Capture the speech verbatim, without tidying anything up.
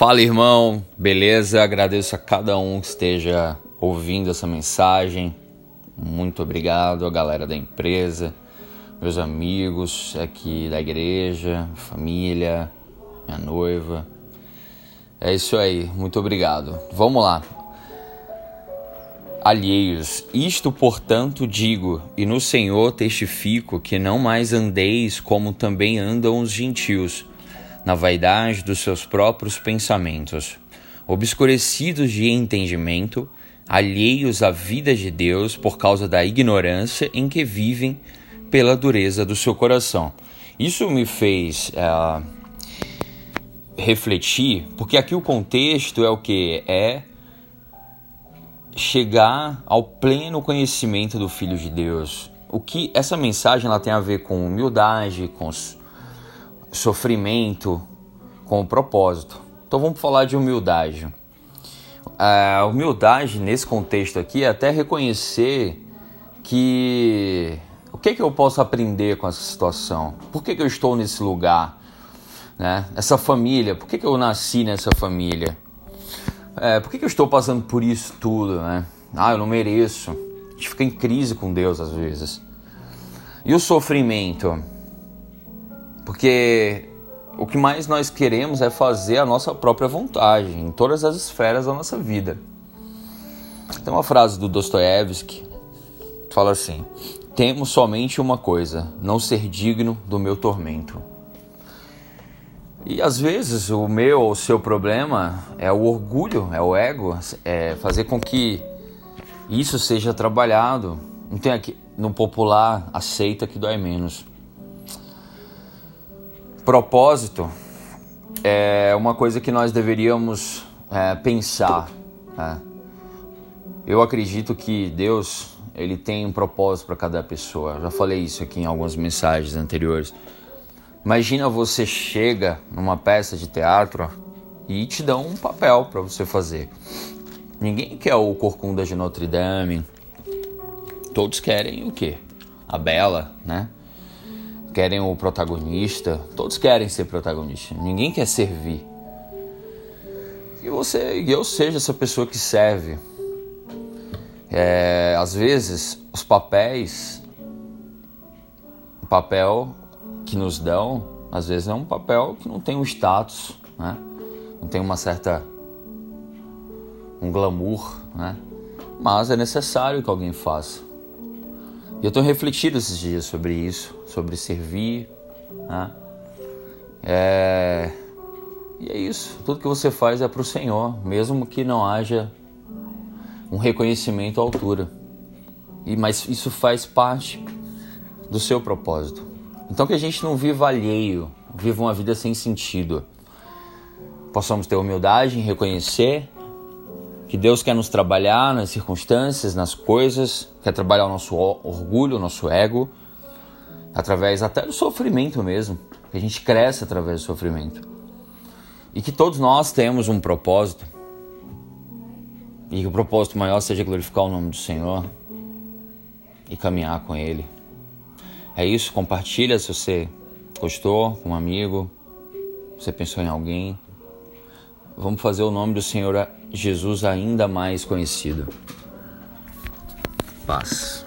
Fala, irmão, beleza? Agradeço a cada um que esteja ouvindo essa mensagem. Muito obrigado a galera da empresa, meus amigos aqui da igreja, família, minha noiva. É isso aí, muito obrigado. Vamos lá. Alheios, isto portanto digo, e no Senhor testifico que não mais andeis como também andam os gentios, na vaidade dos seus próprios pensamentos, obscurecidos de entendimento, alheios à vida de Deus por causa da ignorância em que vivem pela dureza do seu coração. Isso me fez é, refletir, porque aqui o contexto é o que? É chegar ao pleno conhecimento do Filho de Deus. O que essa mensagem ela tem a ver com humildade, com sofrimento, com o propósito. Então vamos falar de humildade. A humildade nesse contexto aqui é até reconhecer que o que, que eu posso aprender com essa situação? Por que, que eu estou nesse lugar? Né? Essa família, por que, que eu nasci nessa família? É, por que, que eu estou passando por isso tudo? Né? Ah, eu não mereço. A gente fica em crise com Deus às vezes. E o sofrimento? Porque o que mais nós queremos é fazer a nossa própria vontade em todas as esferas da nossa vida. Tem uma frase do Dostoiévski que fala assim: temo somente uma coisa, não ser digno do meu tormento. E às vezes o meu ou o seu problema é o orgulho, é o ego, é fazer com que isso seja trabalhado. Não tem aqui no popular, aceita que dói menos. Propósito é uma coisa que nós deveríamos é, pensar. Né? Eu acredito que Deus ele tem um propósito para cada pessoa. Eu já falei isso aqui em algumas mensagens anteriores. Imagina você chega numa peça de teatro e te dão um papel para você fazer. Ninguém quer o Corcunda de Notre Dame. Todos querem o quê? A Bela, né? Querem o protagonista, todos querem ser protagonista, ninguém quer servir. E você, e eu seja essa pessoa que serve. É, às vezes, os papéis, o papel que nos dão, às vezes é um papel que não tem um status, né? Não tem uma certa, um glamour, né? Mas é necessário que alguém faça. E eu tenho refletido esses dias sobre isso, sobre servir, né? É... E é isso, tudo que você faz é para o Senhor, mesmo que não haja um reconhecimento à altura. E, mas isso faz parte do seu propósito. Então que a gente não viva alheio, viva uma vida sem sentido. Possamos ter humildade em reconhecer que Deus quer nos trabalhar nas circunstâncias, nas coisas, quer trabalhar o nosso orgulho, o nosso ego, através até do sofrimento mesmo, que a gente cresce através do sofrimento. E que todos nós temos um propósito, e que o propósito maior seja glorificar o nome do Senhor e caminhar com Ele. É isso, compartilha se você gostou com um amigo, se você pensou em alguém. Vamos fazer o nome do Senhor Jesus ainda mais conhecido. Paz.